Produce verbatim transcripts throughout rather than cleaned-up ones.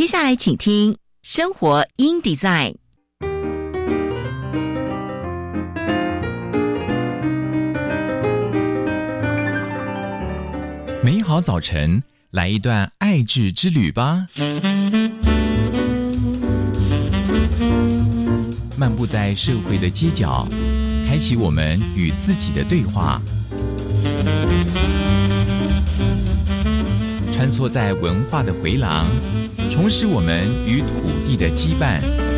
接下来请听生活 in Design。 美好早晨，来一段爱智之旅吧。漫步在社会的街角，开启我们与自己的对话。穿梭在文化的回廊，重拾我们与土地的羁绊。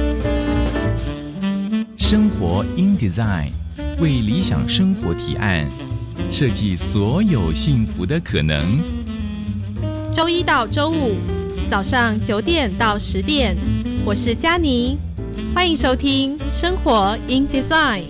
生活 in Design 为理想生活提案，设计所有幸福的可能。 周一到周五早上九点到十点，我是嘉妮，欢迎收听生活 in Design。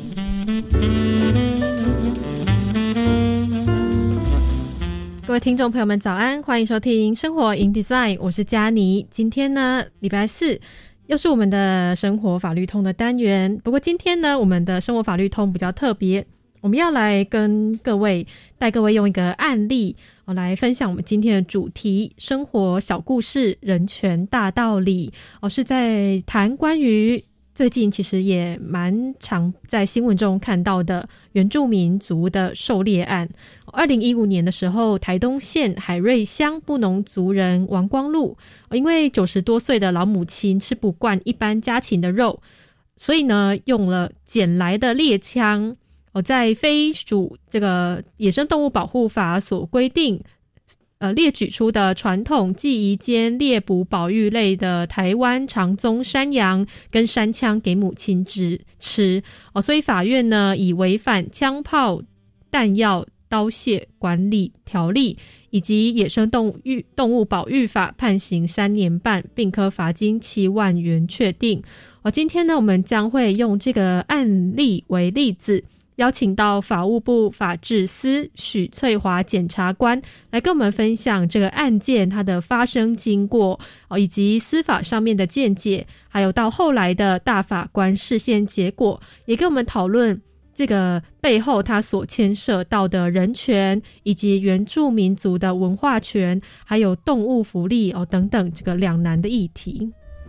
各位听众朋友们早安，欢迎收听生活 in Design， 我是嘉妮。今天呢礼拜四，又是我们的生活法律通的单元。不过今天呢我们的生活法律通比较特别，我们要来跟各位带各位用一个案例我来分享我们今天的主题，生活小故事，人权大道理。我是在谈关于最近其实也蛮常在新闻中看到的原住民族的狩猎案。二零一五年的时候，台东县海瑞乡布农族人王光禄，因为九十多岁的老母亲吃不惯一般家禽的肉，所以呢用了捡来的猎枪，在非属这个野生动物保护法所规定呃，列举出的传统祭仪间猎捕保育类的台湾长鬃山羊跟山枪给母亲吃哦，所以法院呢以违反枪炮弹药刀械管理条例以及野生动物动物保育法判刑三年半，并科罚金七万元确定。哦，今天呢我们将会用这个案例为例子，邀请到法务部法制司许翠华检察官来跟我们分享这个案件它的发生经过，以及司法上面的见解，还有到后来的大法官释宪结果，也跟我们讨论这个背后它所牵涉到的人权，以及原住民族的文化权，还有动物福利哦等等这个两难的议题。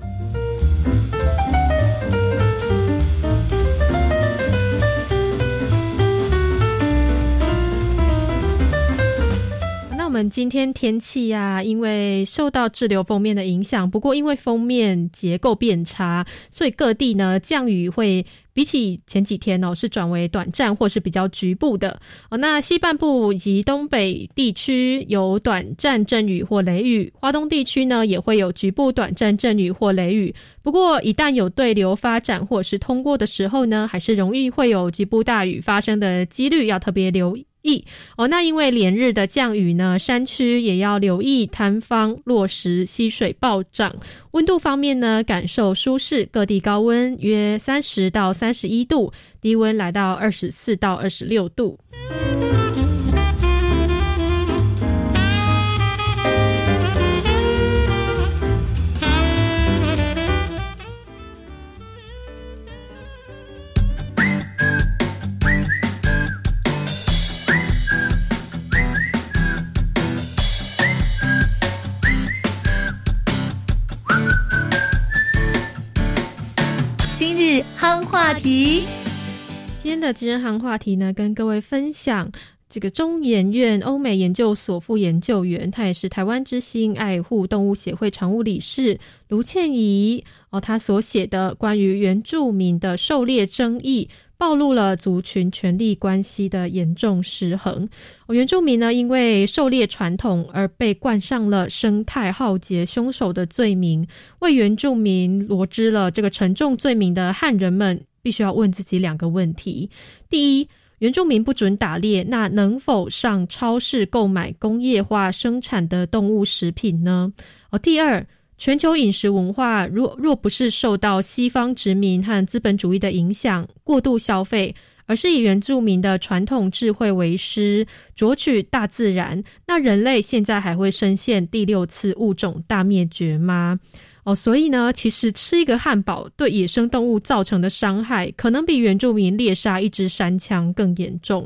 我们今天天气啊，因为受到滞留锋面的影响，不过因为锋面结构变差，所以各地呢降雨会比起前几天哦是转为短暂或是比较局部的哦。那西半部以及东北地区有短暂阵雨或雷雨，花东地区呢也会有局部短暂阵雨或雷雨。不过一旦有对流发展或是通过的时候呢，还是容易会有局部大雨发生的几率，要特别留意哦。那因为连日的降雨呢，山区也要留意坍方、落石、溪水暴涨。温度方面呢，感受舒适，各地高温约三十到三十一度，低温来到二十四到二十六度。 今日夯话题， 今天的今日夯话题呢，跟各位分享这个中研院欧美研究所副研究员，他也是台湾之心爱护动物协会常务理事卢倩怡哦，他所写的关于原住民的狩猎争议，暴露了族群权力关系的严重失衡。哦，原住民呢，因为狩猎传统而被冠上了生态浩劫凶手的罪名，为原住民罗织了这个沉重罪名的汉人们，必须要问自己两个问题：第一，原住民不准打猎，那能否上超市购买工业化生产的动物食品呢？哦，第二，全球饮食文化若若不是受到西方殖民和资本主义的影响过度消费，而是以原住民的传统智慧为师，卓取大自然，那人类现在还会深陷第六次物种大灭绝吗？哦，所以呢，其实吃一个汉堡对野生动物造成的伤害，可能比原住民猎杀一只山羌更严重。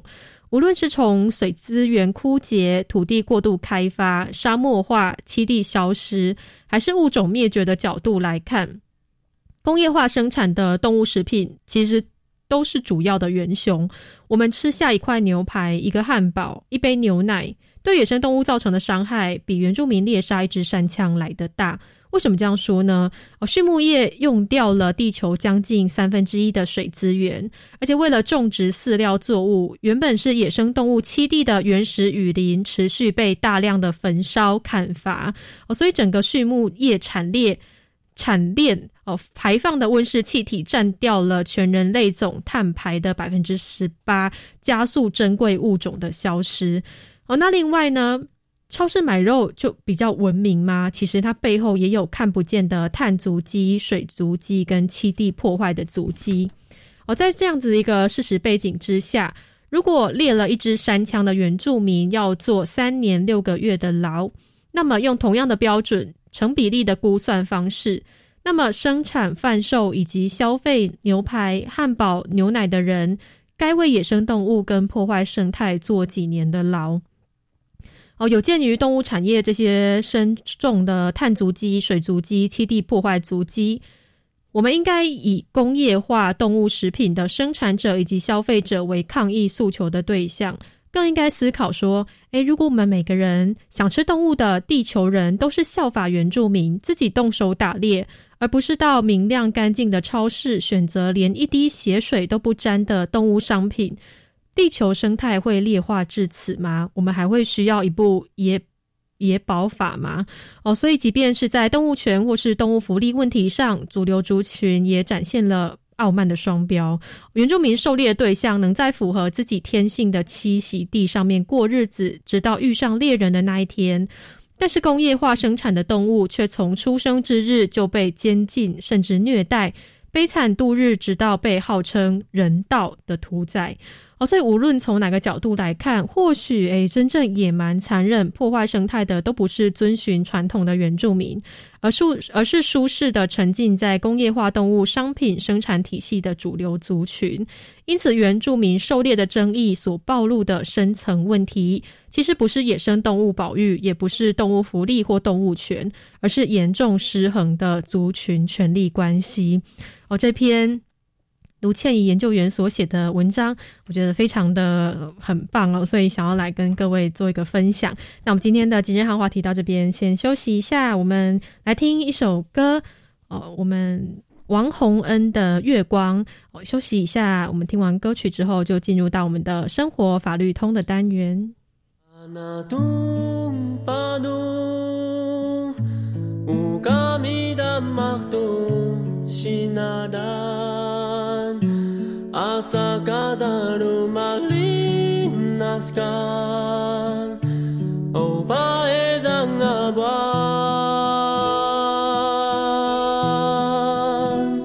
无论是从水资源枯竭、土地过度开发、沙漠化、栖地消失，还是物种灭绝的角度来看，工业化生产的动物食品其实都是主要的元凶。我们吃下一块牛排、一个汉堡、一杯牛奶，对野生动物造成的伤害比原住民猎杀一只山羌来得大。为什么这样说呢？哦，畜牧业用掉了地球将近三分之一的水资源，而且为了种植饲料作物，原本是野生动物栖地的原始雨林持续被大量的焚烧砍伐，哦，所以整个畜牧业产业产链哦排放的温室气体占掉了全人类总碳排的 百分之十八， 加速珍贵物种的消失。哦，那另外呢，超市买肉就比较文明吗？其实它背后也有看不见的碳足迹、水足迹跟栖地破坏的足迹。哦，在这样子一个事实背景之下，如果猎了一只山羌的原住民要做三年六个月的牢，那么用同样的标准成比例的估算方式，那么生产、贩售以及消费牛排、汉堡、牛奶的人，该为野生动物跟破坏生态做几年的牢。哦，有鉴于动物产业这些深重的碳足迹、水足迹、栖地破坏足迹，我们应该以工业化动物食品的生产者以及消费者为抗议诉求的对象，更应该思考说，诶，如果我们每个人想吃动物的地球人都是效法原住民，自己动手打猎，而不是到明亮干净的超市选择连一滴血水都不沾的动物商品，地球生态会劣化至此吗？我们还会需要一部野野保法吗？哦，所以即便是在动物权或是动物福利问题上，主流族群也展现了傲慢的双标。原住民狩猎的对象能在符合自己天性的栖息地上面过日子，直到遇上猎人的那一天。但是工业化生产的动物却从出生之日就被监禁甚至虐待，悲惨度日，直到被号称人道的屠宰。哦，所以无论从哪个角度来看，或许诶，真正野蛮、残忍、破坏生态的都不是遵循传统的原住民，而是而是舒适的沉浸在工业化动物商品生产体系的主流族群。因此，原住民狩猎的争议所暴露的深层问题，其实不是野生动物保育，也不是动物福利或动物权，而是严重失衡的族群权力关系。哦，这篇卢倩怡研究员所写的文章，我觉得非常的很棒哦，所以想要来跟各位做一个分享。那我们今天的今日汉话题到这边先休息一下，我们来听一首歌，哦，我们王洪恩的《月光》。哦，休息一下，我们听完歌曲之后，就进入到我们的生活法律通的单元。 Asa kadaru malinaskan O paedang abuan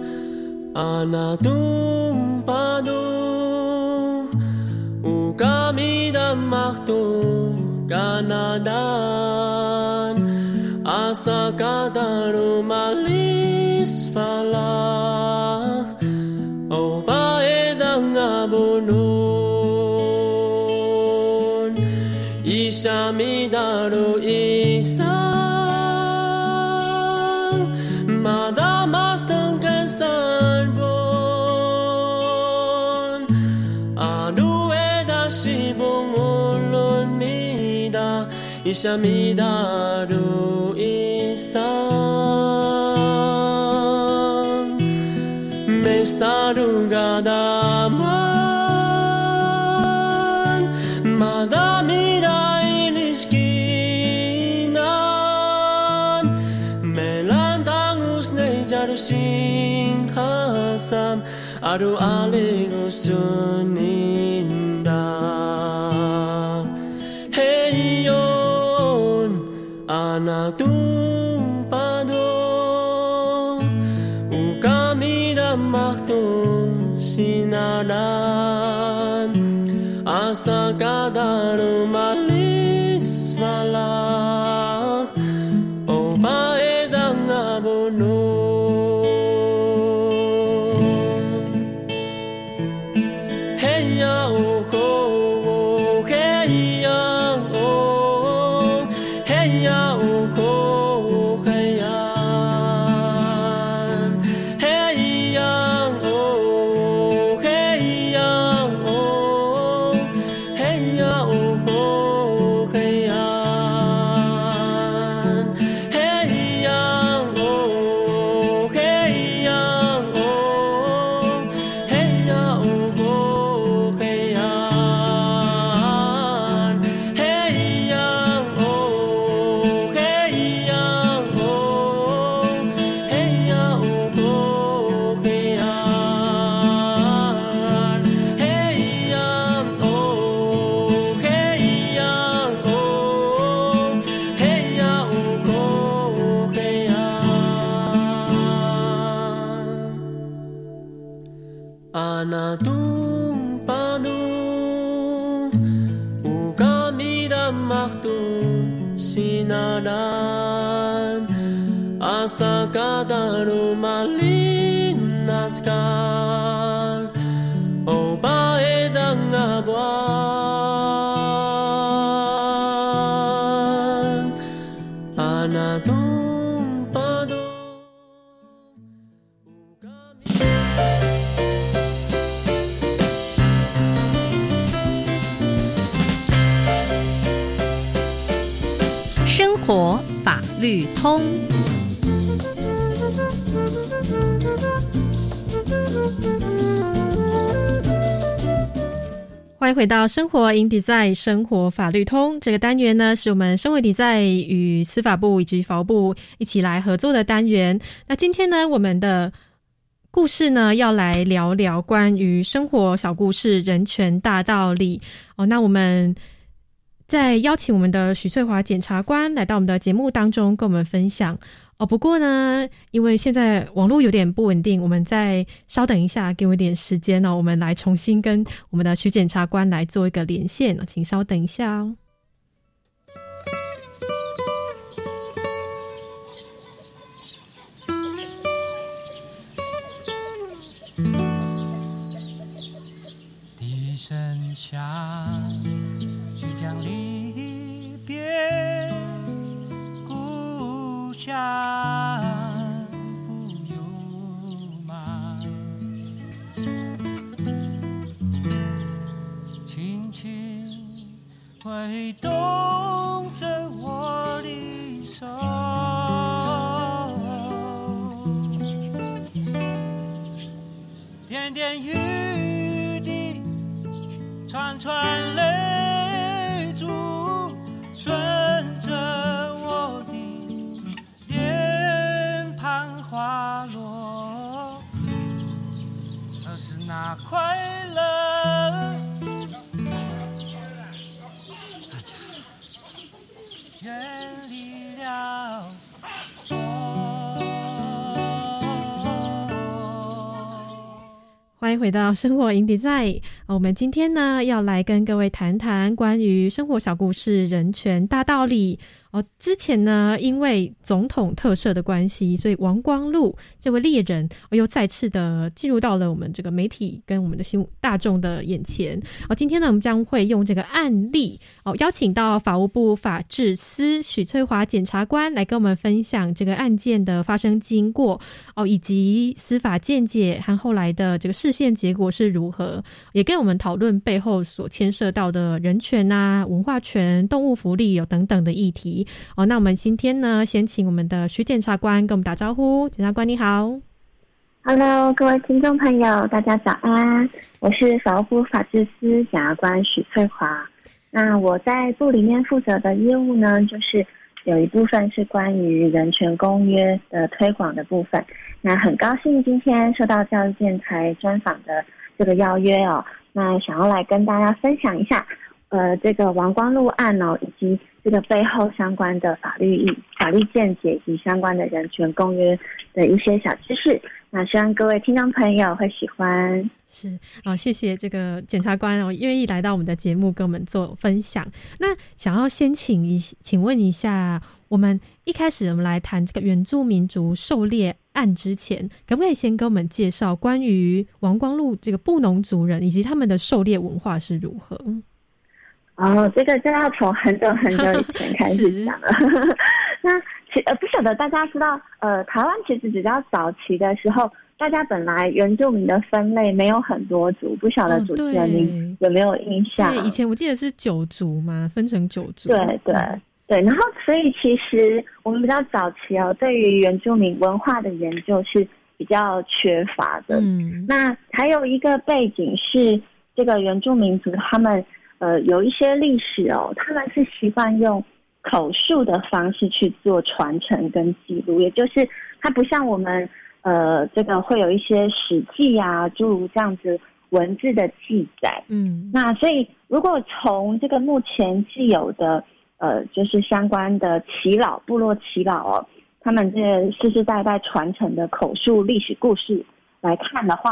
Anatung padu Ukami damaktu kanadan Asa kadaru malisfala O paedang abunun Isamidaru isang Madamas tengkan sarbon Anu eda sibong ulun nida Isamidaru isang Sarugadaman Madamida iniskinan Melantang usnay jarusing hasam Aru aling usuninda Hey yon anak tumpado Ukami damaktu sinaran asa kadaru malis wala o paedang abunun hey ya o ko Anadung panu Ukami damaktu sinaran Asa kadaru malinaskan O baedang abuan Anadung panu 生活法律通。 欢迎回到生活 in Design 生活法律通这个单元呢，是我们生活 Design 与司法部以及法务部一起来合作的单元。那今天呢，我们的故事呢，要来聊聊关于生活小故事、人权大道理哦。那我们再邀请我们的许翠华检察官来到我们的节目当中，跟我们分享哦。不过呢，因为现在网络有点不稳定，我们再稍等一下，给我一点时间哦，我们来重新跟我们的许检察官来做一个连线，请稍等一下哦。 低声下去将离别故乡不由吗？轻轻挥动着我的手，点点雨滴串串泪珠顺着我的脸庞滑落，可是那快乐远离了我。 欢迎回到生活 in Design。我们今天呢，要来跟各位谈谈关于生活小故事、人权大道理。哦，之前呢，因为总统特赦的关系，所以王光禄这位猎人、哦、又再次的进入到了我们这个媒体跟我们的新大众的眼前。哦，今天呢，我们将会用这个案例哦，邀请到法务部法制司许翠华检察官来跟我们分享这个案件的发生经过哦，以及司法见解和后来的这个释宪结果是如何，也跟我们讨论背后所牵涉到的人权啊、文化权、动物福利有等等的议题。哦，那我们今天呢，先请我们的许检察官跟我们打招呼。检察官你好。 Hello， 各位听众朋友，大家早安，我是法务部法制司检察官许翠华。那我在部里面负责的业务呢，就是有一部分是关于人权公约的推广的部分。那很高兴今天受到教育电台专访的这个邀约哦，那想要来跟大家分享一下呃，这个王光禄案哦，以及这个背后相关的法律意法律见解以及相关的人权公约的一些小知识，那希望各位听众朋友会喜欢。 是哦，谢谢这个检察官哦，愿意来到我们的节目跟我们做分享。那想要先请一请问一下，我们一开始我们来谈这个原住民族狩猎案之前，可不可以先跟我们介绍关于王光禄这个布农族人以及他们的狩猎文化是如何？ 哦，这个就要从很久很久以前开始讲了。那其呃不晓得大家知道，呃，台湾其实比较早期的时候，大家本来原住民的分类没有很多族，不晓得主持人您有没有印象？ 对，以前我记得是九族嘛，分成九族。 对对、嗯、对，然后所以其实我们比较早期哦，对于原住民文化的研究是比较缺乏的。嗯，那还有一个背景是，这个原住民族他们。呃，有一些历史哦，他们是习惯用口述的方式去做传承跟记录，也就是它不像我们呃这个会有一些史记啊，诸如这样子文字的记载。嗯，那所以如果从这个目前既有的呃就是相关的耆老部落耆老哦，他们这世世代代传承的口述历史故事来看的话，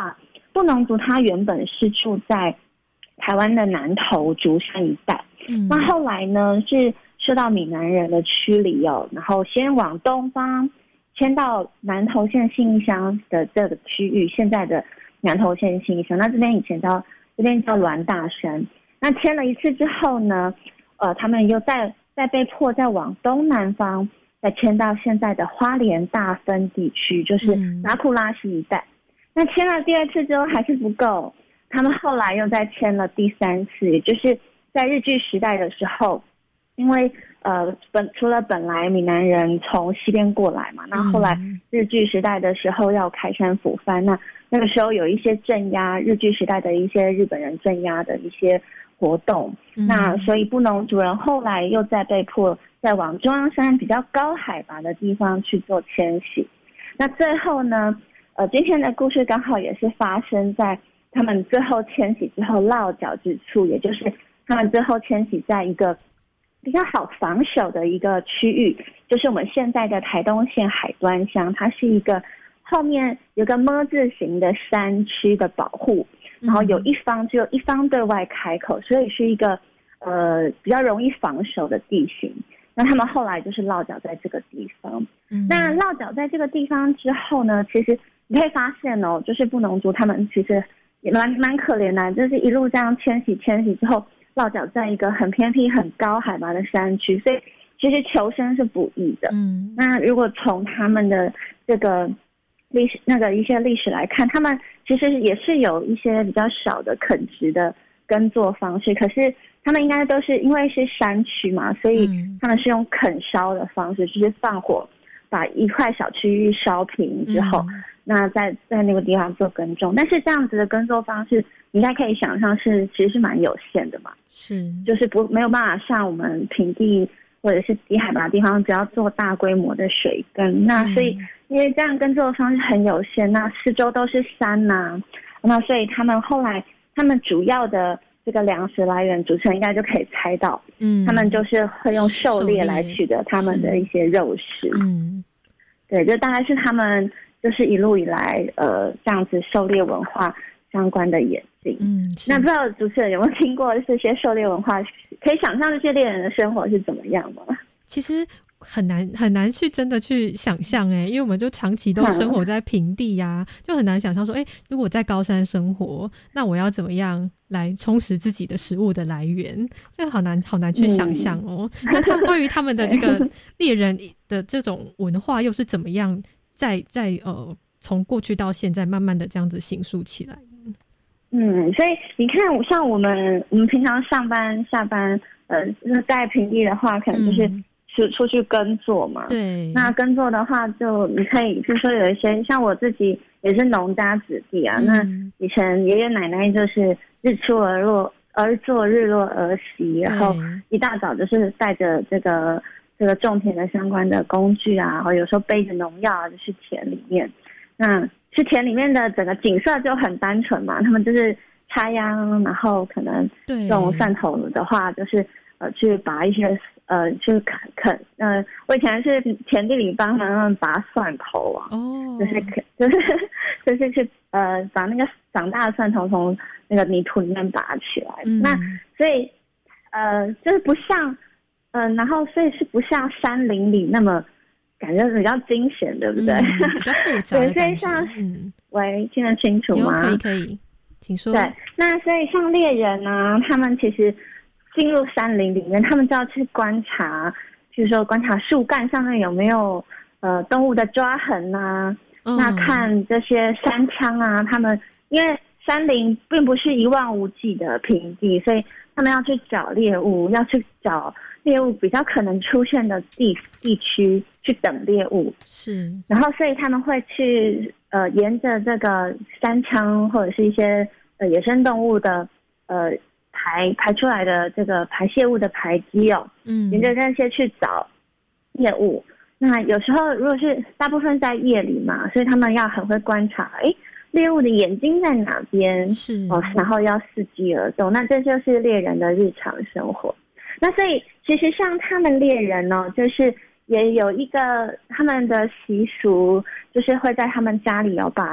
布农族他原本是住在台湾的南投竹山一带，嗯，那后来呢是受到闽南人的驱离哦，然后先往东方迁到南投县信义乡的这个区域，现在的南投县信义乡，那这边以前叫这边叫栾大山。那迁了一次之后呢，呃，他们又再再被迫再往东南方再迁到现在的花莲大分地区，就是拿库拉西一带。嗯，那迁了第二次之后还是不够，他们后来又再迁了第三次，也就是在日据时代的时候，因为呃本除了本来闽南人从西边过来嘛，那后来日据时代的时候要开山抚番，那那个时候有一些镇压日据时代的一些日本人镇压的一些活动，嗯，那所以布农族人后来又再被迫再往中央山比较高海拔的地方去做迁徙。那最后呢，呃，今天的故事刚好也是发生在他们最后迁徙之后落脚之处，也就是他们最后迁徙在一个比较好防守的一个区域，就是我们现在的台东县海端乡，它是一个后面有个么字形的山区的保护，然后有一方只有一方对外开口，所以是一个呃比较容易防守的地形。那他们后来就是落脚在这个地方。嗯，那落脚在这个地方之后呢，其实你可以发现哦，就是布农族他们其实也蛮蛮可怜的，就是一路这样迁徙迁徙之后，落脚在一个很偏僻、很高海拔的山区，所以其实求生是不易的。嗯，那如果从他们的这个历史那个一些历史来看，他们其实也是有一些比较少的垦殖的耕作方式，可是他们应该都是因为是山区嘛，所以他们是用垦烧的方式，就是放火把一块小区域烧平之后，嗯，那在在那个地方做耕种。但是这样子的耕作方式，你应该可以想象是其实是蛮有限的嘛，是就是不没有办法像我们平地或者是低海拔的地方，只要做大规模的水耕。那所以因为这样耕作的方式很有限，那四周都是山呐，啊，那所以他们后来他们主要的这个粮食来源，主持人应该就可以猜到，嗯，他们就是会用狩猎来取得他们的一些肉食，嗯，对，这大概是他们就是一路以来呃这样子狩猎文化相关的演进。嗯，那不知道主持人有没有听过这些狩猎文化，可以想象这些猎人的生活是怎么样吗？ 其实很难很难去真的去想象哎，因为我们就长期都生活在平地呀，啊，就很难想象说，哎，如果在高山生活，那我要怎么样来充实自己的食物的来源？这好难好难去想象哦。嗯，那他们关于他们的这个猎人的这种文化又是怎么样在在呃从过去到现在慢慢的这样子形塑起来？ 嗯，所以你看，像我们我们平常上班下班，呃，在平地的话，可能就是出出去耕作嘛。对。那耕作的话，就你可以，就是说有一些，像我自己也是农家子弟啊。嗯，那以前爷爷奶奶就是日出而落而作，日落而息，然后一大早就是带着这个这个种田的相关的工具啊，然后有时候背着农药啊，就去田里面。那去田里面的整个景色就很单纯嘛，他们就是插秧，然后可能种蒜头的话，就是呃去拔一些呃去啃啃，呃我以前是田地里帮他们拔蒜头啊，哦，就是就是就是去呃把那个长大的蒜头从那个泥土里面拔起来，嗯，那所以呃就是不像嗯、呃，然后所以是不像山林里那么。感觉比较惊险，对不对？嗯， 比较复杂的感觉。对，所以像， 嗯，喂，听得清楚吗？ 可以，可以，请说。 对，那所以像猎人啊，他们其实进入山林里面，他们就要去观察，就是说观察树干上面有没有呃动物的抓痕啊，嗯，那看这些山羌啊，他们因为山林并不是一望无际的平地，所以他们要去找猎物，要去找猎物比较可能出现的地地区去等猎物，是，然后所以他们会去呃沿着这个山羌或者是一些呃野生动物的呃排排出来的这个排泄物的排积哦，嗯，沿着那些去找猎物。那有时候如果是大部分在夜里嘛，所以他们要很会观察，哎，猎物的眼睛在哪边，是哦，然后要伺机而动。那这就是猎人的日常生活。那所以其实像他们猎人哦，就是也有一个他们的习俗，就是会在他们家里哦把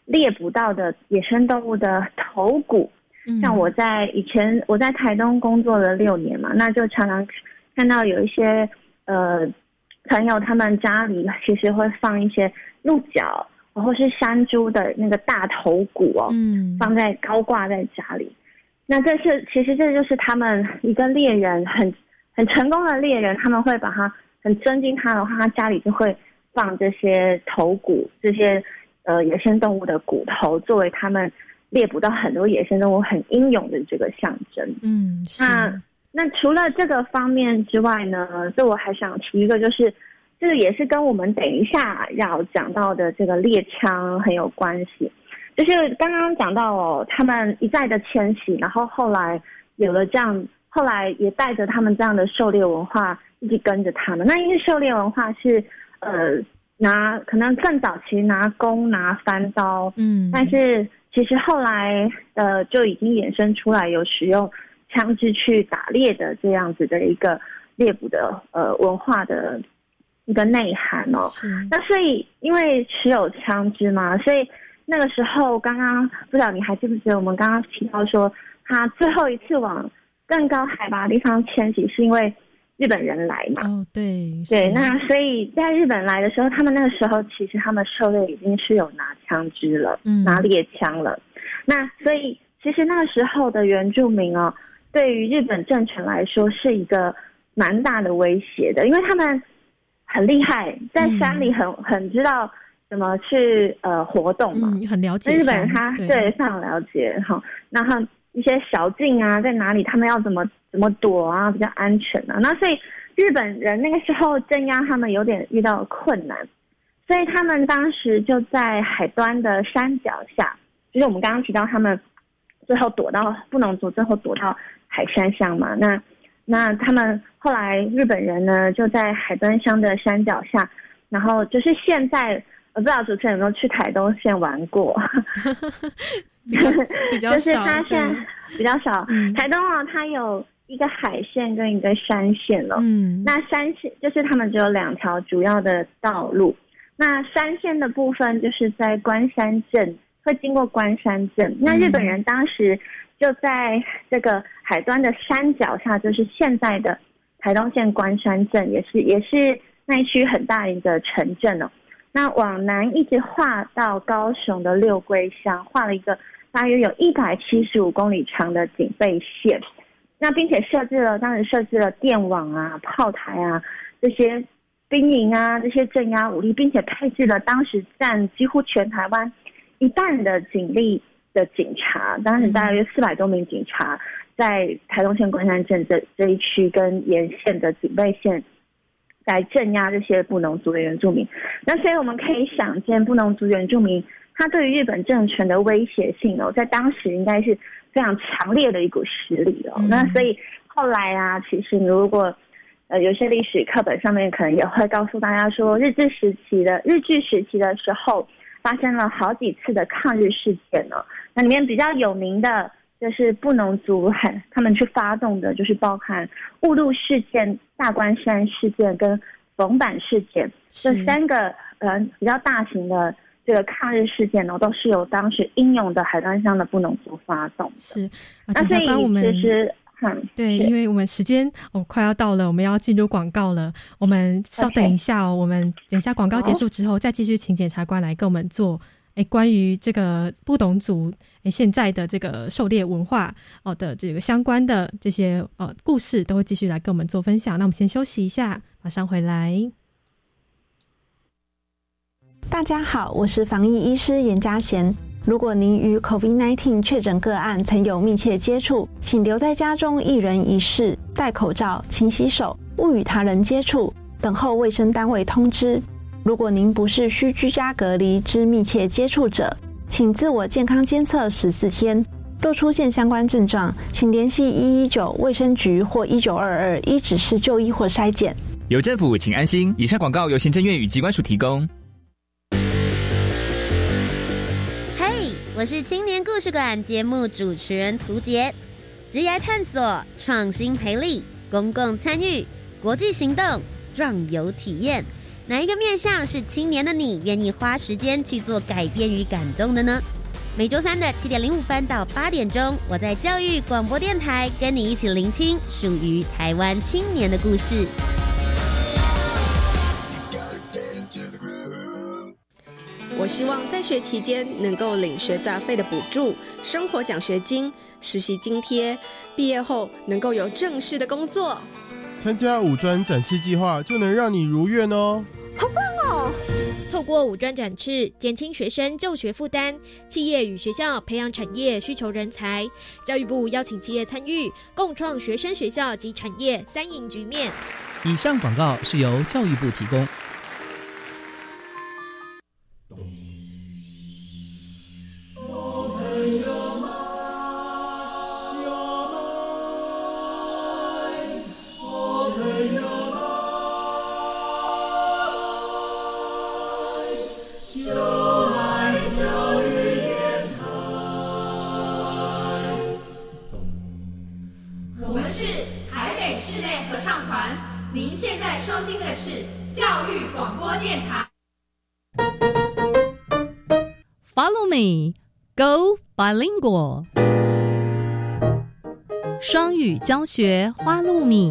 猎捕到的野生动物的头骨。嗯、像我在以前我在台东工作了六年嘛，那就常常看到有一些呃朋友他们家里其实会放一些鹿角或是山猪的那个大头骨哦，嗯，放在高挂在家里。那这是其实这就是他们一个猎人很很成功的猎人，他们会把它很尊敬他的话，他家里就会放这些头骨，这些呃野生动物的骨头，作为他们猎捕到很多野生动物很英勇的这个象征。嗯，那那除了这个方面之外呢，这我还想提一个，就是这个也是跟我们等一下要讲到的这个猎枪很有关系。就是刚刚讲到哦，他们一再的迁徙，然后后来有了这样，后来也带着他们这样的狩猎文化一起跟着他们。那因为狩猎文化是呃拿可能更早期拿弓拿翻刀，嗯，但是其实后来呃就已经衍生出来有使用枪支去打猎的这样子的一个猎捕的呃文化的一个内涵哦。那所以因为持有枪支嘛，所以那个时候刚刚不知道你还记不记得我们刚刚提到说他最后一次往更高海拔的地方迁徙是因为日本人来嘛。哦，对对，那所以在日本来的时候，他们那个时候其实他们狩猎已经是有拿枪支了，嗯，拿猎枪了。那所以其实那个时候的原住民哦，对于日本政权来说是一个蛮大的威胁的，因为他们很厉害，在山里很很知道怎么去呃活动嘛，嗯、很了解日本人他对非常了解哈，然后一些小径啊在哪里，他们要怎么怎么躲啊比较安全啊，那所以日本人那个时候镇压他们有点遇到困难，所以他们当时就在海端的山脚下，就是我们刚刚提到他们最后躲到布农族最后躲到海山乡嘛，那那他们后来日本人呢就在海端乡的山脚下，然后就是现在我不知道主持人有没有去台东县玩过比较比较少就是它现在比较少、嗯、台东啊它有一个海线跟一个山线了、哦、嗯，那山线就是他们只有两条主要的道路，那山线的部分就是在关山镇，会经过关山镇、嗯、那日本人当时就在这个海端的山脚下，就是现在的台东县关山镇，也是也是那一区很大一个城镇哦。那往南一直划到高雄的六龟乡，画了一个大约有一百七十五公里长的警备线。那并且设置了，当时设置了电网啊、炮台啊这些兵营啊这些镇压武力，并且配置了当时占几乎全台湾一半的警力的警察，当时大约四百多名警察在台东县关山镇这这一区跟沿线的警备线来镇压这些布农族的原住民。那所以我们可以想见，布农族原住民他对于日本政权的威胁性哦，在当时应该是非常强烈的一股势力哦。嗯、那所以后来啊，其实如果呃有些历史课本上面可能也会告诉大家说，日治时期的日据时期的时候发生了好几次的抗日事件哦。那里面比较有名的就是布农族他们去发动的，就是包含雾鹿事件、大关山事件跟逢坂事件这三个呃比较大型的这个抗日事件呢，都是由当时英勇的海端乡的布农族发动的。是，啊、那所以我们其实嗯， 对，因为我们时间哦快要到了，我们要进入广告了。我们稍等一下哦， okay. 我们等一下广告结束之后，再继续请检察官来跟我们做。诶关于这个布农族诶现在的这个狩猎文化哦的这个相关的这些呃故事，都会继续来跟我们做分享。那我们先休息一下，马上回来。 大家好，我是防疫医师严嘉贤。如果您与 COVID 十九 确诊个案曾有密切接触，请留在家中一人一室，戴口罩、勤洗手，勿与他人接触，等候卫生单位通知。如果您不是需居家隔离之密切接触者，请自我健康监测十四天。若出现相关症状，请联系一一九卫生局或一九二二依指示就医或筛检。 有政府，请安心。以上广告由行政院与疾管署提供。 嘿，我是青年故事馆节目主持人涂杰。职业探索、创新培力、公共参与、国际行动、壮游体验。 哪一个面向是青年的你愿意花时间去做改变与感动的呢？每周三的七点零五分到八点钟，我在教育广播电台跟你一起聆听属于台湾青年的故事。 我希望在学期间能够领学杂费的补助、生活奖学金、实习津贴，毕业后能够有正式的工作。 参加五专展示计划就能让你如愿哦！ 好棒哦！透过五专展翅，减轻学生就学负担，企业与学校培养产业需求人才。教育部邀请企业参与，共创学生、学校及产业三赢局面。 以上广告是由教育部提供。 您现在收听的是教育广播电台。 Follow me, go bilingual。双语教学花露米。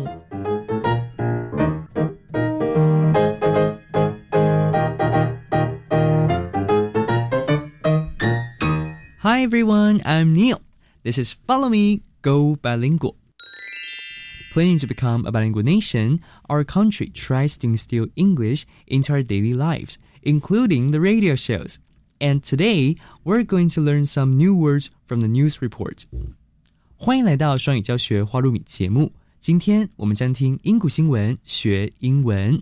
Hi everyone, I'm Neil. This is Follow Me, Go Bilingual. Planning to become a bilingual nation, our country tries to instill English into our daily lives, including the radio shows. And today, we're going to learn some new words from the news report. 欢迎来到双语教学花露米节目。今天我们将听英古新闻学英文。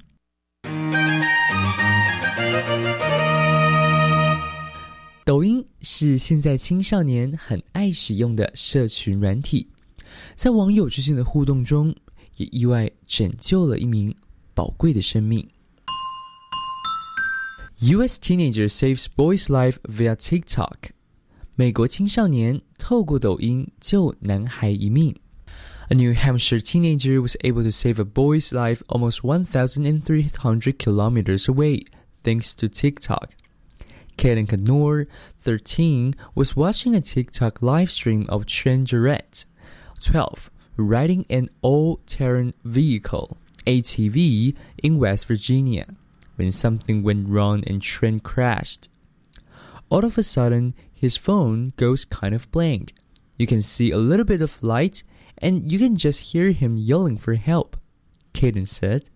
抖音是现在青少年很爱使用的社群软体。在网友之间的互动中，也意外拯救了一名宝贵的生命。U S teenager saves boy's life via TikTok. 美国青少年透過抖音救男孩一命。A New Hampshire teenager was able to save a boy's life almost one thousand three hundred kilometers away, thanks to TikTok. Kaden Kanor, thirteen, was watching a TikTok live stream of Trent Jarrett, twelve, riding an all-terrain vehicle, A T V, in West Virginia, when something went wrong and Trent crashed. All of a sudden, his phone goes kind of blank. You can see a little bit of light, and you can just hear him yelling for help, Kaden said.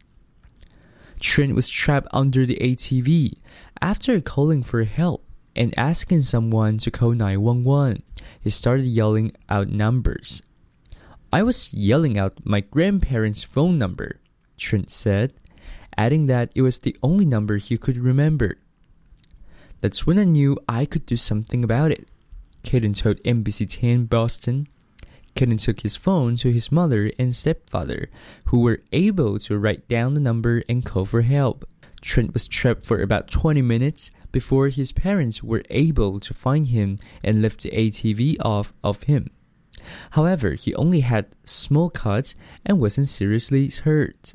Trent was trapped under the A T V. After calling for help and asking someone to call nine one one, he started yelling out numbers. I was yelling out my grandparents' phone number, Trent said, adding that it was the only number he could remember. That's when I knew I could do something about it, Kaden told N B C ten Boston. Kaden took his phone to his mother and stepfather, who were able to write down the number and call for help. Trent was trapped for about twenty minutes before his parents were able to find him and lift the A T V off of him. However, he only had small cuts and wasn't seriously hurt.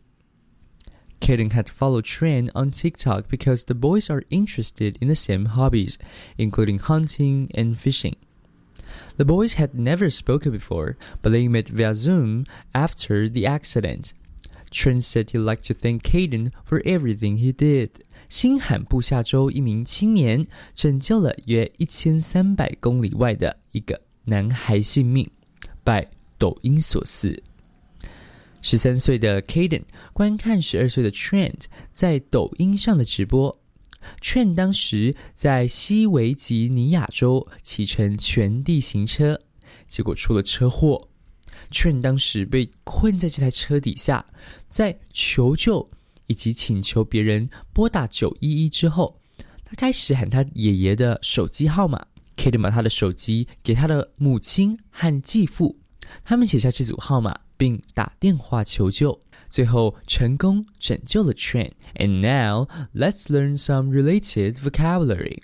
Kaden had followed Trent on TikTok because the boys are interested in the same hobbies, including hunting and fishing. The boys had never spoken before, but they met via Zoom after the accident. Trent said he'd like to thank Kaden for everything he did. 新罕布夏州一名青年拯救了约一千三百公里外的一个男孩性命，拜抖音所赐。十三岁的 Kaden 观看十二岁的 Trent 在抖音上的直播。Trent 当时在西维吉尼亚州骑乘全地形车，结果出了车祸。Trent 当时被困在这台车底下，在求救以及请求别人拨打九一一之后，他开始喊他爷爷的手机号码。Kaden 把他的手机给他的母亲和继父，他们写下这组号码并打电话求救，最后成功拯救了 Trent. And now, let's learn some related vocabulary.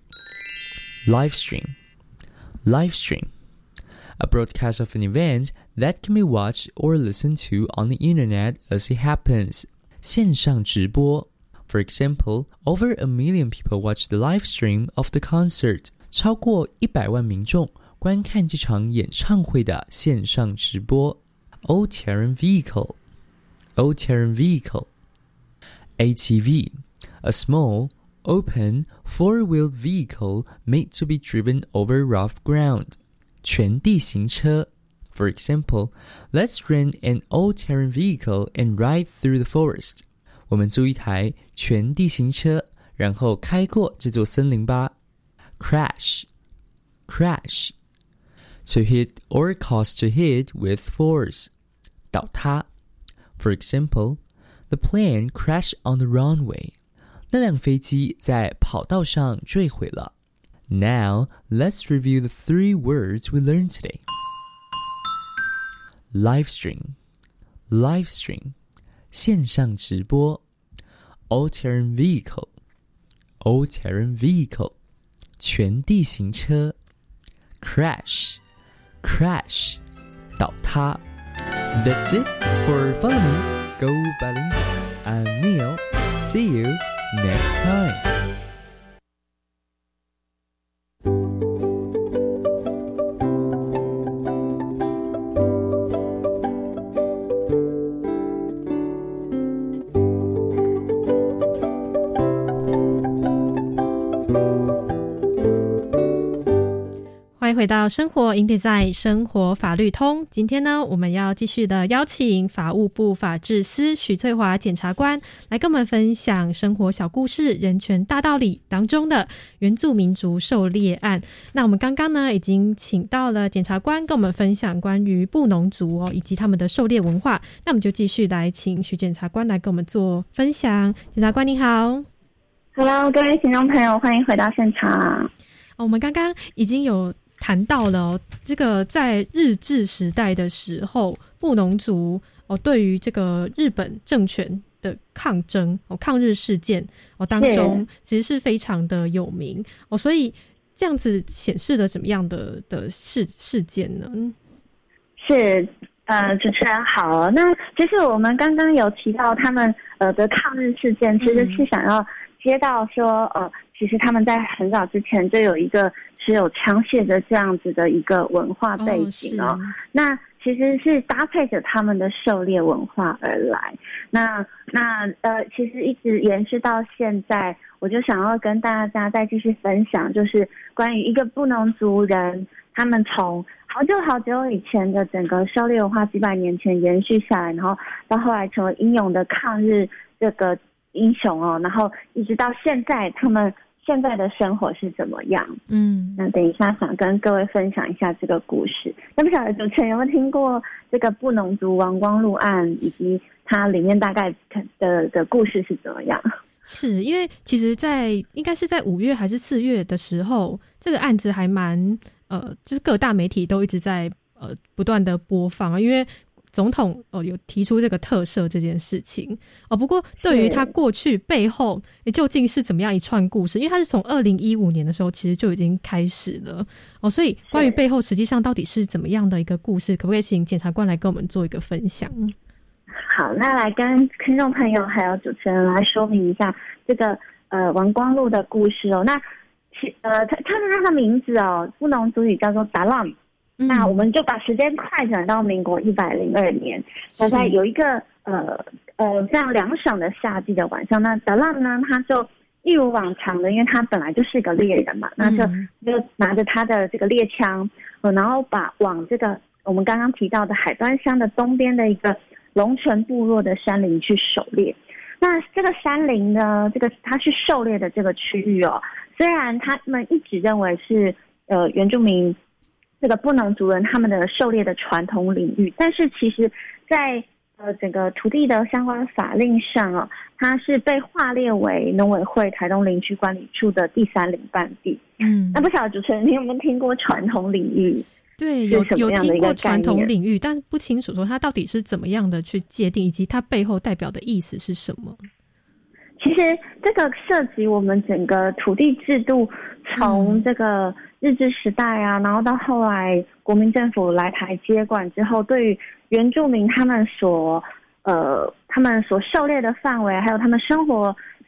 Live stream. Live stream. A broadcast of an event that can be watched or listened to on the internet as it happens. 线上直播， For example, over a million people watched the live stream of the concert. 超过一百万民众观看这场演唱会的线上直播。Old Terrain Vehicle, Old Terrain Vehicle. A T V, a small, open, four-wheeled vehicle made to be driven over rough ground. 全地形车。For example, let's rent an all-terrain vehicle and ride through the forest. 我们租一台全地形车，然后开过这座森林吧。Crash, crash. To hit or cause to hit with force. 倒塌。For example, the plane crashed on the runway. 那辆飞机在跑道上坠毁了。Now, let's review the three words we learned today. Livestream, livestream, 线上直播。All-terrain vehicle, all-terrain vehicle, 全地形车。Crash, crash, 倒塌。That's it for Follow Me, Go Bilingual. I'm Neil. See you next time. 欢迎回到生活 in Design 生活法律通。今天呢，我们要继续的邀请法务部法制司许翠华检察官来跟我们分享生活小故事人权大道理当中的原住民族狩猎案。那我们刚刚呢已经请到了检察官跟我们分享关于布农族哦以及他们的狩猎文化，那我们就继续来请许检察官来跟我们做分享。检察官你好。 Hello， 各位听众朋友，欢迎回到现场。 哦、我们刚刚已经有谈到了、哦、这个在日治时代的时候，布农族、哦、对于这个日本政权的抗争、哦、抗日事件、哦、当中其实是非常的有名、哦、所以这样子显示了怎么样的的事事件呢？ 是呃，主持人好。那其实我们刚刚有提到他们呃的抗日事件，其实是想要接到说呃，其实他们在很早之前就有一个持有枪械的这样子的一个文化背景哦，哦那其实是搭配着他们的狩猎文化而来。那那呃，其实一直延续到现在，我就想要跟大家再继续分享，就是关于一个布农族人，他们从好久好久以前的整个狩猎文化几百年前延续下来，然后到后来成为英勇的抗日这个英雄哦，然后一直到现在，他们现在的生活是怎么样？嗯，那等一下想跟各位分享一下这个故事。那不晓得主持人有没有听过这个布农族王光禄案，以及它里面大概的的故事是怎么样？ 是因为其实在应该是在五月还是四月的时候，这个案子还蛮呃，就是各大媒体都一直在呃不断的播放，因为总统哦有提出这个特赦这件事情哦。不过对于他过去背后究竟是怎么样一串故事，因为他是从二零一五年的时候其实就已经开始了哦，所以关于背后实际上到底是怎么样的一个故事，可不可以请检察官来跟我们做一个分享？ 好，那来跟听众朋友还有主持人来说明一下这个呃王光禄的故事哦。那其呃他他他的名字哦，布农族语叫做达浪。那我们就把时间快转到民国一百零二年，那在有一个呃呃这样凉爽的夏季的晚上，那达浪呢他就一如往常的，因为他本来就是个猎人嘛，那就就拿着他的这个猎枪，呃，然后把往这个我们刚刚提到的海端乡的东边的一个龙泉部落的山林去狩猎。那这个山林呢，这个他去狩猎的这个区域哦，虽然他们一直认为是呃原住民这个布农族人他们的狩猎的传统领域，但是其实在呃整个土地的相关法令上哦，它是被划列为农委会台东林区管理处的第三领办地。嗯，那不晓得主持人你有没有听过传统领域？ 对，有有听过传统领域，但不清楚说它到底是怎么样的去界定，以及它背后代表的意思是什么。 其实这个涉及我们整个土地制度，从这个日治时代啊，然后到后来国民政府来台接管之后，对于原住民他们所呃他们所狩猎的范围，还有他们生活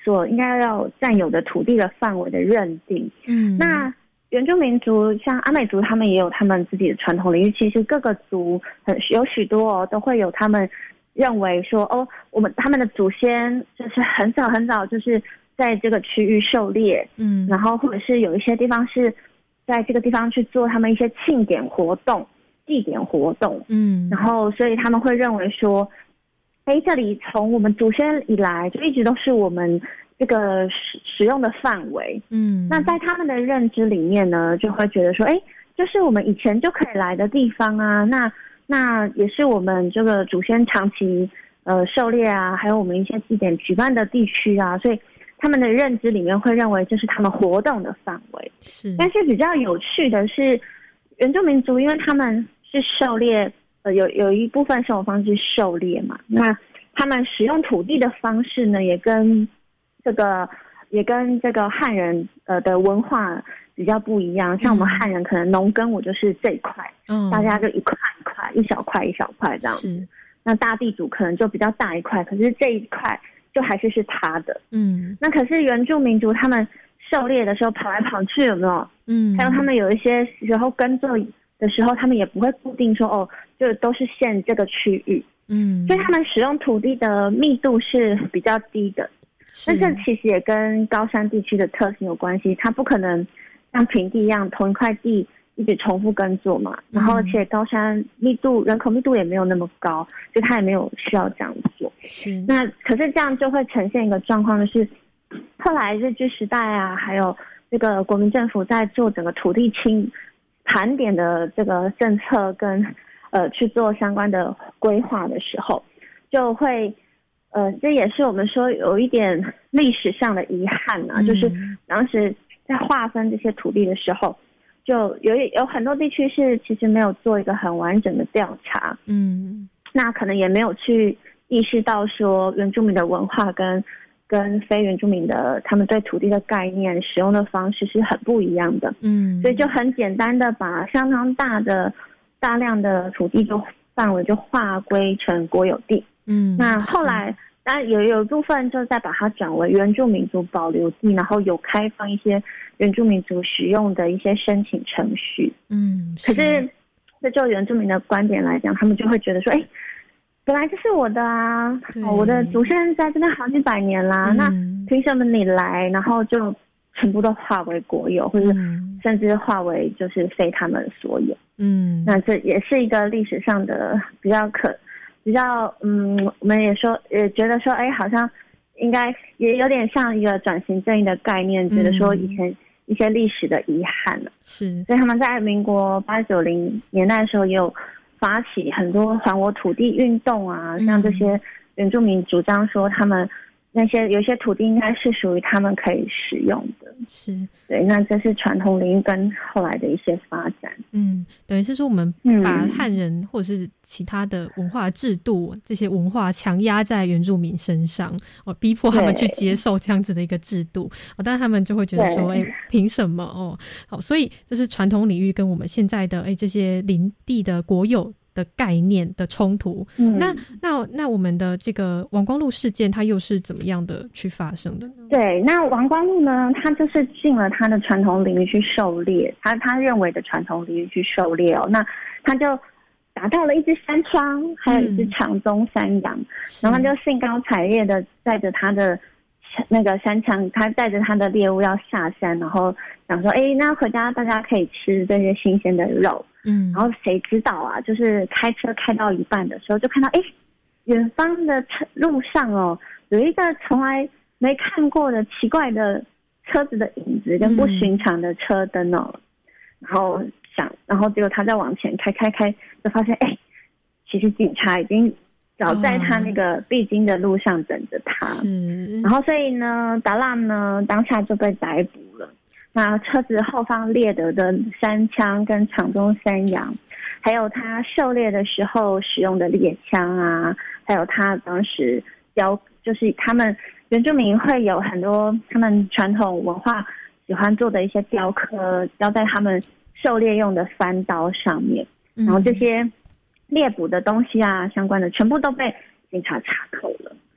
所应该要占有的土地的范围的认定。嗯，那原住民族像阿美族，他们也有他们自己的传统领域。其实各个族很有许多哦，都会有他们认为说，哦，我们他们的祖先就是很早很早就是在这个区域狩猎，嗯，然后或者是有一些地方是在这个地方去做他们一些庆典活动、祭典活动，嗯，然后所以他们会认为说，哎，这里从我们祖先以来就一直都是我们这个使使用的范围，嗯，那在他们的认知里面呢，就会觉得说，哎，就是我们以前就可以来的地方啊，那那也是我们这个祖先长期呃狩猎啊，还有我们一些祭典举办的地区啊，所以他们的认知里面会认为这是他们活动的范围。是，但是比较有趣的是，原住民族因为他们是狩猎，呃，有有一部分生活方式是狩猎嘛，那他们使用土地的方式呢，也跟这个也跟这个汉人呃的文化比较不一样。像我们汉人可能农耕我就是这一块，嗯，大家就一块一块一小块一小块这样子。那大地主可能就比较大一块，可是这一块就还是是他的。嗯，那可是原住民族他们狩猎的时候跑来跑去，有没有？嗯，还有他们有一些时候耕作的时候，他们也不会固定说哦，就都是限这个区域。嗯，所以他们使用土地的密度是比较低的。但这其实也跟高山地区的特性有关系，它不可能像平地一样同一块地一直重复耕作嘛，然后而且高山密度人口密度也没有那么高，所以它也没有需要这样做。是，那可是这样就会呈现一个状况，就是后来日据时代啊，还有这个国民政府在做整个土地清盘点的这个政策跟呃去做相关的规划的时候，就会呃，这也是我们说有一点历史上的遗憾啊，嗯，就是当时在划分这些土地的时候，就有有很多地区是其实没有做一个很完整的调查，嗯，那可能也没有去意识到说原住民的文化跟跟非原住民的他们对土地的概念使用的方式是很不一样的，嗯，所以就很简单的把相当大的大量的土地就范围就划归成国有地。嗯，那后来当然有有一部分就再把它转为原住民族保留地，然后有开放一些原住民族使用的一些申请程序。嗯，可是这就原住民的观点来讲，他们就会觉得说，哎，本来就是我的啊，哦，我的祖先在这边好几百年啦，嗯，那凭什么你来，然后就全部都划为国有，或者甚至划为就是非他们所有。嗯，那这也是一个历史上的比较可。比较嗯，我们也说也觉得说，哎，好像应该也有点像一个转型正义的概念，嗯，觉得说以前一些历史的遗憾了。是，所以他们在民国八九零年代的时候，也有发起很多还我土地运动啊，嗯，像这些原住民主张说，他们那些有些土地应该是属于他们可以使用的。是，对，那这是传统领域跟后来的一些发展。嗯， 等于是说我们把汉人或者是其他的文化制度，嗯，这些文化强压在原住民身上，哦，逼迫他们去接受这样子的一个制度，哦，但他们就会觉得说，哎，凭什么哦？好，所以这是传统领域跟我们现在的哎这些林地的国有的概念的冲突。嗯，那那那我们的这个王光禄事件，它又是怎么样的去发生的呢？ 对，那王光禄呢，他就是进了他的传统领域去狩猎，他他认为的传统领域去狩猎哦，那他就打到了一只山羌，还有一只长鬃山羊，嗯，然后他就兴高采烈的带着他的那个山羌，他带着他的猎物要下山，然后想说，哎，那回家大家可以吃这些新鲜的肉。嗯，然后谁知道啊，就是开车开到一半的时候，就看到，哎，远方的车路上哦，有一个从来没看过的奇怪的车子的影子跟不寻常的车灯哦，嗯，然后想，然后结果他再往前开开开，就发现，哎，其实警察已经早在他那个必经的路上等着他。嗯，然后所以呢，达拉呢当下就被逮捕了。那车子后方猎得的山羌跟长鬃山羊，还有他狩猎的时候使用的猎枪啊，还有他当时雕，就是他们原住民会有很多他们传统文化喜欢做的一些雕刻，雕在他们狩猎用的翻刀上面，然后这些猎捕的东西啊相关的全部都被警察查扣了。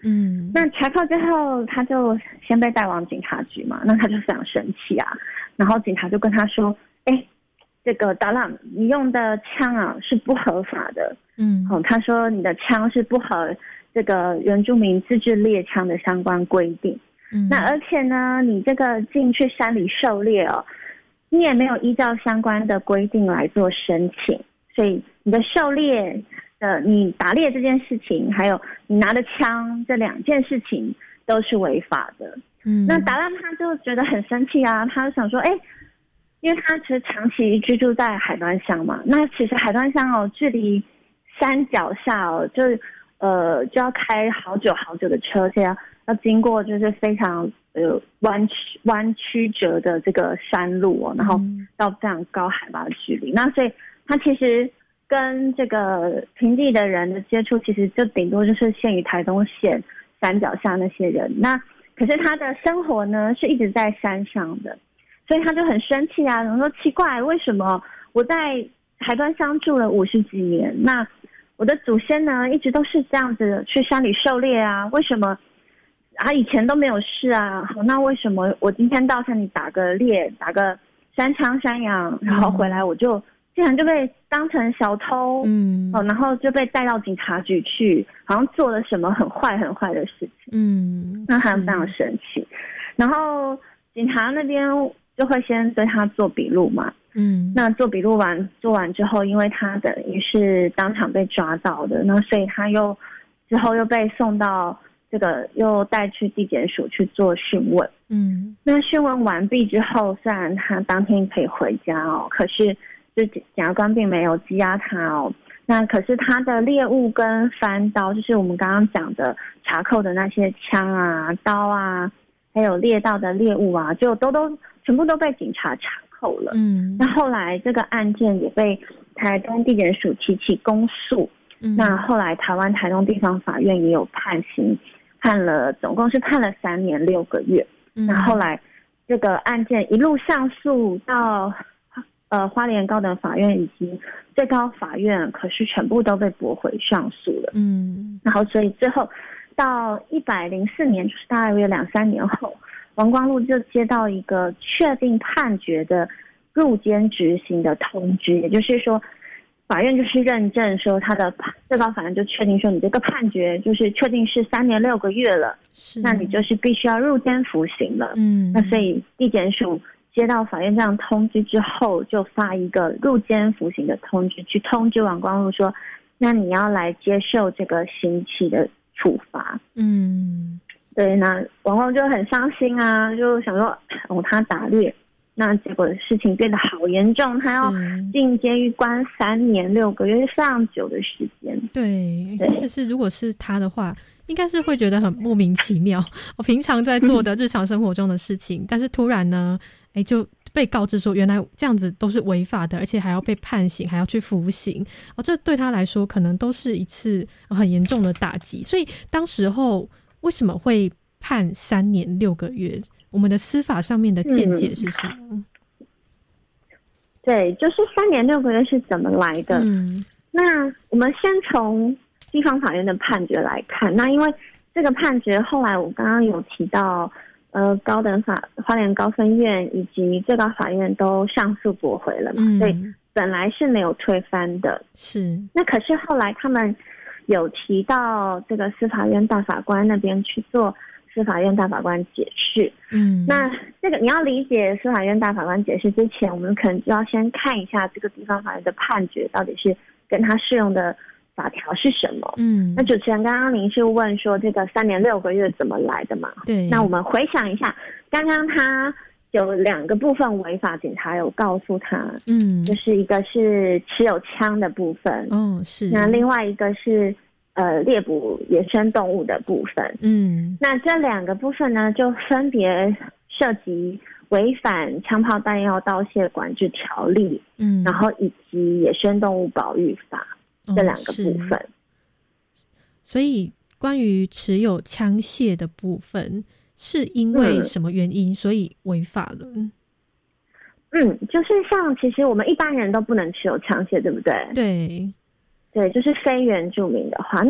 嗯，那查扣之后，他就先被带往警察局嘛，那他就非常生气啊，然后警察就跟他说：“哎、欸，这个达朗，你用的枪啊是不合法的。”嗯，哦，他说你的枪是不合这个原住民自制猎枪的相关规定。嗯，那而且呢，你这个进去山里狩猎哦，你也没有依照相关的规定来做申请，所以你的狩猎的你打猎这件事情，还有你拿的枪这两件事情都是违法的。嗯，那达拉他就觉得很生气啊，他就想说，哎、欸，因为他其实长期居住在海端乡嘛，那其实海端乡哦，距离山脚下哦，就是呃就要开好久好久的车，这样要经过就是非常呃弯曲弯曲折的这个山路哦，然后到非常高海拔的距离，那所以他其实跟这个平地的人的接触，其实就顶多就是限于台东县山脚下那些人。那可是他的生活呢是一直在山上的，所以他就很生气啊，然后说奇怪，为什么我在海端乡住了五十几年，那我的祖先呢一直都是这样子去山里狩猎啊，为什么啊以前都没有事啊？好，那为什么我今天到山里打个猎，打个山羌山羊，然后回来我就竟然就被当成小偷，嗯，哦，然后就被带到警察局去，好像做了什么很坏很坏的事情，嗯，那他非常生气，然后警察那边就会先对他做笔录嘛，嗯，那做笔录完做完之后，因为他等于是当场被抓到的，那所以他又之后又被送到这个又带去地检署去做讯问，嗯，那讯问完毕之后，虽然他当天可以回家哦，可是就检察官并没有羁押他哦，那可是他的猎物跟翻刀，就是我们刚刚讲的查扣的那些枪啊、刀啊，还有猎到的猎物啊，就都都全部都被警察查扣了。嗯，那后来这个案件也被台东地检署提起公诉，嗯，那后来台湾台东地方法院也有判刑，判了总共是判了三年六个月。嗯，那后来这个案件一路上诉到呃，花莲高等法院以及最高法院，可是全部都被驳回上诉了。嗯，然后所以最后到一百零四年，就是大概有两三年后，王光禄就接到一个确定判决的入监执行的通知，也就是说，法院就是认证说他的最高法院就确定说你这个判决就是确定是三年六个月了，那你就是必须要入监服刑了。嗯，那所以地检署接到法院这样通知之后，就发一个入监服刑的通知，去通知王光禄说，那你要来接受这个刑期的处罚。嗯，对，那王光禄就很伤心啊，就想说，哦，他打猎，那结果事情变得好严重，他要进监狱关三年六个月，是非常久的时间。 对，真的是，如果是他的话，应该是会觉得很莫名其妙。我平常在做的日常生活中的事情，但是突然呢，哎，就被告知说原来这样子都是违法的，而且还要被判刑，还要去服刑。哦，这对他来说可能都是一次很严重的打击。所以当时候为什么会判三年六个月？我们的司法上面的见解是什么？嗯， 对，就是三年六个月是怎么来的？嗯，那我们先从地方法院的判决来看。那因为这个判决后来我刚刚有提到，呃，高等法花莲高分院以及最高法院都上诉驳回了嘛，嗯，所以本来是没有推翻的。是，那可是后来他们有提到这个司法院大法官那边去做司法院大法官解释。嗯，那这个你要理解司法院大法官解释之前，我们可能就要先看一下这个地方法院的判决到底是跟他适用的法条是什么。嗯，那主持人刚刚您是问说这个三年六个月怎么来的嘛？对，那我们回想一下，刚刚他有两个部分违法，警察有告诉他，嗯，就是一个是持有枪的部分，哦，是，那另外一个是呃猎捕野生动物的部分。嗯，那这两个部分呢，就分别涉及违反枪炮弹药盗窃管制条例，嗯，然后以及野生动物保育法。这两个部分。哦，所以关于持有枪械的部分是因为什么原因，嗯，所以违法了？嗯，就是像其实我们一般人都不能持有枪械，对不对？对，对，就是非原住民的话，那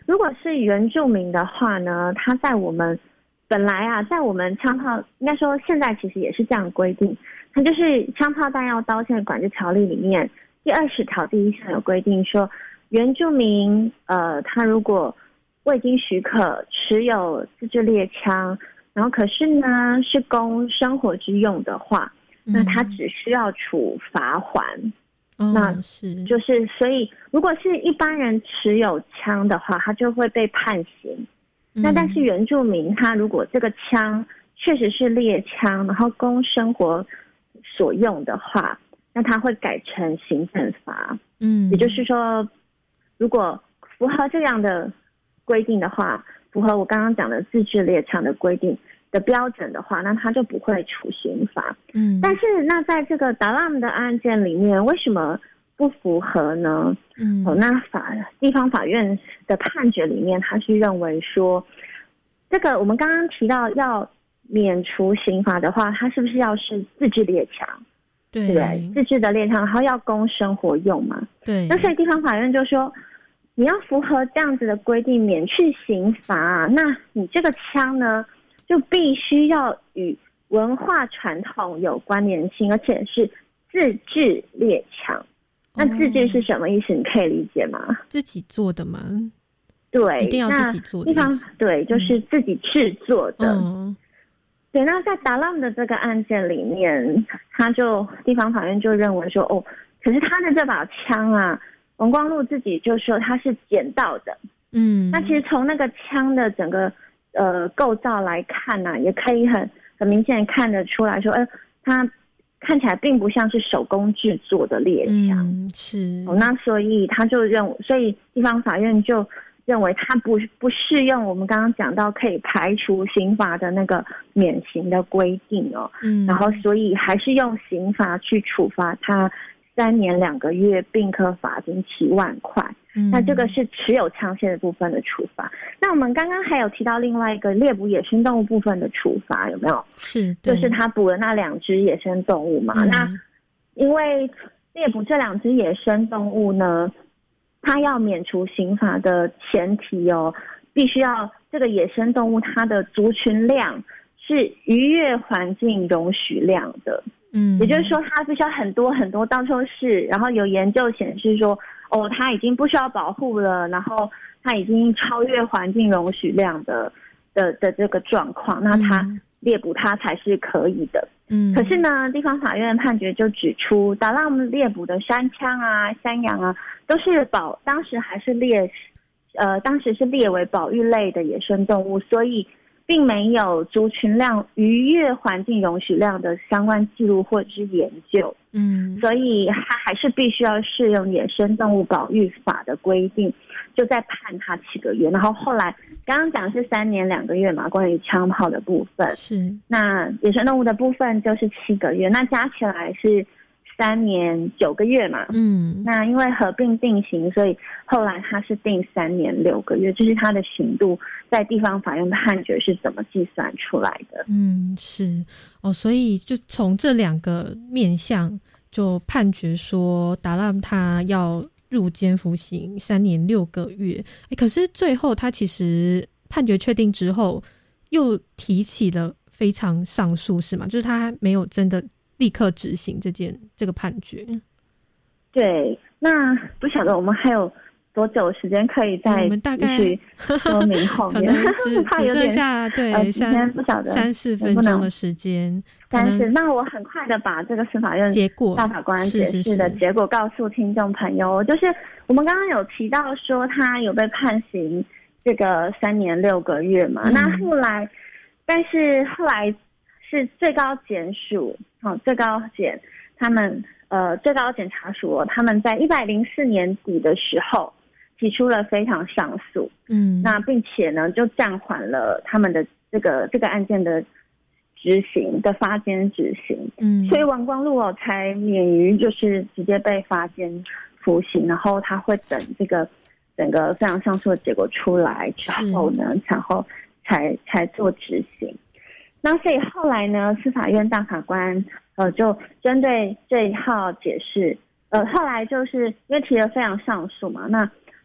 如果是原住民的话呢，他在我们本来啊，在我们枪炮应该说现在其实也是这样规定，它就是枪炮弹药刀械管制条例里面第二十条第一项有规定说，原住民呃，他如果未经许可持有自制猎枪，然后可是呢是供生活之用的话，那他只需要处罚锾。 嗯、 那是就是所以如果是一般人持有枪的话，他就会被判刑。嗯、那但是原住民他如果这个枪确实是猎枪，然后供生活所用的话，那他会改成行政罚。嗯，也就是说，如果符合这样的规定的话，符合我刚刚讲的自制猎枪的规定的标准的话，那他就不会处刑罚。嗯，但是那在这个达拉姆的案件里面，为什么不符合呢？嗯，哦，那法地方法院的判决里面，他是认为说，这个我们刚刚提到要免除刑罚的话，他是不是要是自制猎枪？对不对？自制的猎枪，然后要供生活用嘛？对。那所以地方法院就说，你要符合这样子的规定，免去刑罚，那你这个枪呢，就必须要与文化传统有关联性，而且是自制猎枪。那自制是什么意思？你可以理解吗？ 自己做的吗？ 对， 一定要自己做的意思。 地方对，就是自己制作的。嗯，对。那在达拉姆的这个案件里面，他就地方法院就认为说，哦，可是他的这把枪啊，王光禄自己就说他是捡到的。嗯，那其实从那个枪的整个呃构造来看呢、啊，也可以很很明显看得出来说，哎、呃，他看起来并不像是手工制作的猎枪。嗯，是。哦，那所以他就认为，所以地方法院就认为他不不适用我们刚刚讲到可以排除刑罚的那个免刑的规定哦。嗯，然后所以还是用刑罚去处罚他三年两个月，并科罚金七万块。嗯，那这个是持有枪械的部分的处罚。那我们刚刚还有提到另外一个猎捕野生动物部分的处罚，有没有？是，就是他捕了那两只野生动物嘛。嗯、那因为猎捕这两只野生动物呢，它要免除刑罚的前提哦，必须要这个野生动物它的族群量是逾越环境容许量的。嗯，也就是说它必须要很多很多，到处是，然后有研究显示说，哦，它已经不需要保护了，然后它已经超越环境容许量的的的这个状况，那它猎捕它才是可以的。嗯，可是呢，地方法院的判决就指出，达拉姆猎捕的山羌啊、山羊啊，都是保当时还是列，呃，当时是列为保育类的野生动物，所以并没有族群量逾越环境容许量的相关记录或者是研究。嗯，所以他还是必须要适用野生动物保育法的规定，就再判他七个月。然后后来刚刚讲是三年两个月嘛，关于枪炮的部分是，那野生动物的部分就是七个月，那加起来是三年九个月嘛。嗯，那因为合并定刑，所以后来他是定三年六个月，这是他的刑度在地方法院判决是怎么计算出来的。嗯，是哦，所以就从这两个面向就判决说达拉姆他要入监服刑三年六个月。欸，可是最后他其实判决确定之后又提起了非常上诉，是吗？就是他没有真的立刻执行这件这个判决。对，那不晓得我们还有多久时间可以再继续说明后面？可能只只剩下对、呃、三不晓得三四分钟的时间。三四，那我很快的把这个司法院结果大法官解释的结果告诉听众朋友。就是我们刚刚有提到说他有被判刑这个三年六个月嘛，嗯、那后来，但是后来是最高检署，哦，最高检他们呃最高检察署、哦、他们在一百零四年底的时候提出了非常上诉，嗯，那并且呢就暂缓了他们的这个这个案件的执行的发监执行，嗯，所以王光禄哦才免于就是直接被发监服刑，然后他会等这个整个非常上诉的结果出来之后呢，然后才才做执行。那所以后来呢，司法院大法官呃就针对这一号解释，呃后来就是因为提了非常上诉嘛，那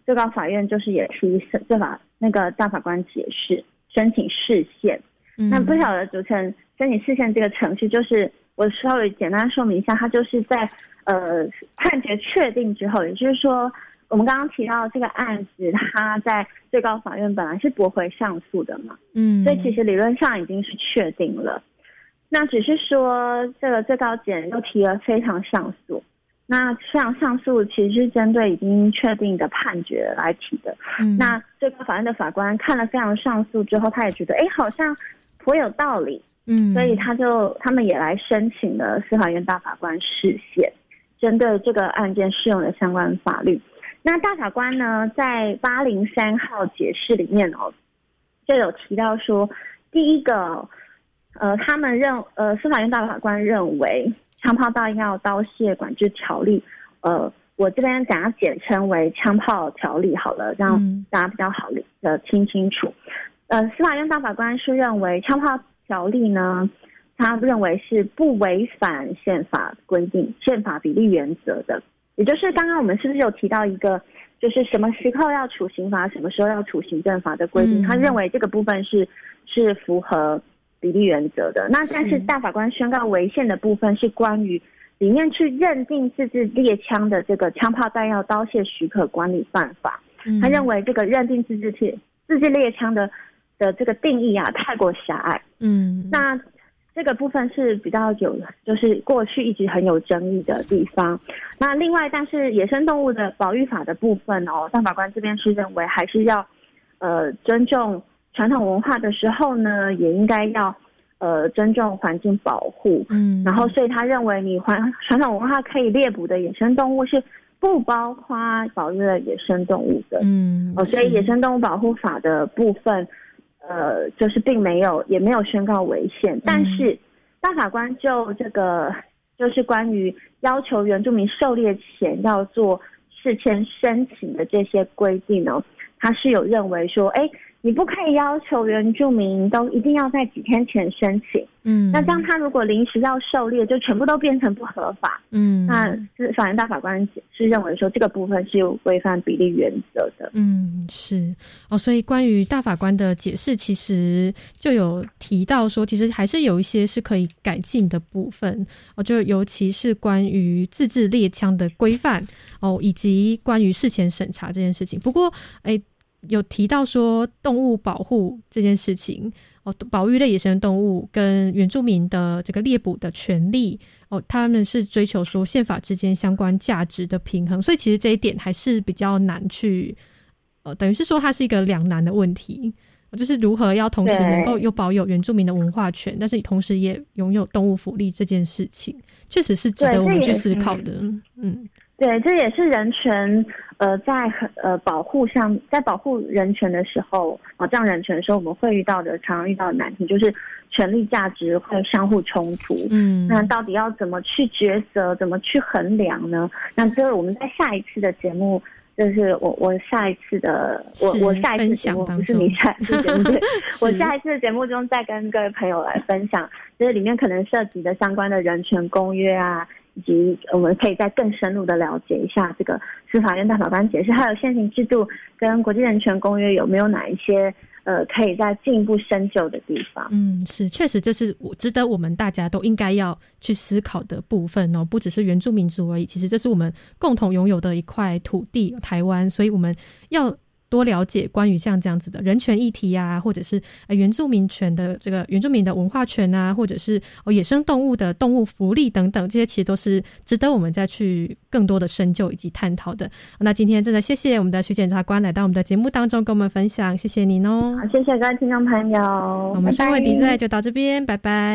最高法院就是也提最法那个大法官解释申请释宪。嗯、那不晓得主持人申请释宪这个程序，就是我稍微简单说明一下，它就是在呃判决确定之后，也就是说我们刚刚提到这个案子，它在最高法院本来是驳回上诉的嘛，嗯，所以其实理论上已经是确定了。那只是说这个最高检又提了非常上诉，那非常上诉其实是针对已经确定的判决来提的。嗯、那最高法院的法官看了非常上诉之后，他也觉得哎好像颇有道理，嗯，所以他就他们也来申请了司法院大法官释宪，针对这个案件适用的相关法律。那大法官呢，在八零三号解释里面哦，就有提到说，第一个，呃，他们认呃司法院大法官认为枪炮弹药刀械管制条例，呃，我这边等下简称为枪炮条例好了，让大家比较好的听清楚。呃，司法院大法官是认为枪炮条例呢，他认为是不违反宪法规定、宪法比例原则的。也就是刚刚我们是不是有提到一个，就是什么时候要处刑罚，什么时候要处行政法的规定？他认为这个部分是是符合比例原则的。那但是大法官宣告违宪的部分是关于里面去认定自制猎枪的这个枪炮弹药刀械许可管理办法。他认为这个认定自制自制猎枪的的这个定义啊太过狭隘。嗯，那这个部分是比较有，就是过去一直很有争议的地方。那另外，但是野生动物的保育法的部分哦，大法官这边是认为还是要呃尊重传统文化的时候呢，也应该要呃尊重环境保护。嗯，然后所以他认为你环传统文化可以猎捕的野生动物是不包括保育的野生动物的。嗯，哦，所以野生动物保护法的部分。呃，就是并没有，也没有宣告违宪，嗯、但是大法官就这个就是关于要求原住民狩猎前要做事前申请的这些规定呢，他是有认为说，哎，你不可以要求原住民都一定要在几天前申请，嗯，那这样他如果临时要狩猎，就全部都变成不合法，嗯，那是法院大法官是认为说这个部分是有违反比例原则的， 嗯，是哦，所以关于大法官的解释，其实就有提到说，其实还是有一些是可以改进的部分哦，就尤其是关于自制猎枪的规范哦，以及关于事前审查这件事情。不过，哎。有提到说动物保护这件事情哦，保育类野生动物跟原住民的这个猎捕的权利哦，他们是追求说宪法之间相关价值的平衡，所以其实这一点还是比较难去呃，等于是说它是一个两难的问题，就是如何要同时能够又保有原住民的文化权，但是同时也拥有动物福利这件事情，确实是值得我们去思考的。嗯， 对，这也是人权。呃，在呃保护上，在保护人权的时候，保障人权的时候，我们会遇到的常常遇到的难题就是权利价值会相互冲突。嗯，那到底要怎么去抉择，怎么去衡量呢？那这个我们在下一次的节目，就是我我下一次的我我下一次节目不是你下一次节目，我下一次的节目中再跟各位朋友来分享，就是里面可能涉及的相关的人权公约啊。以及我们可以再更深入的了解一下这个司法院大法官解释，还有现行制度跟国际人权公约有没有哪一些呃可以再进一步深究的地方。 嗯，是，确实这是值得我们大家都应该要去思考的部分哦，不只是原住民族而已，其实这是我们共同拥有的一块土地台湾，所以我们要多了解关于像这样子的人权议题啊，或者是、呃、原住民权的这个原住民的文化权啊，或者是、哦、野生动物的动物福利等等，这些其实都是值得我们再去更多的深究以及探讨的。那今天真的谢谢我们的徐检察官来到我们的节目当中跟我们分享，谢谢您哦。 好，谢谢各位听众朋友， 我们生活底在就到这边，拜拜。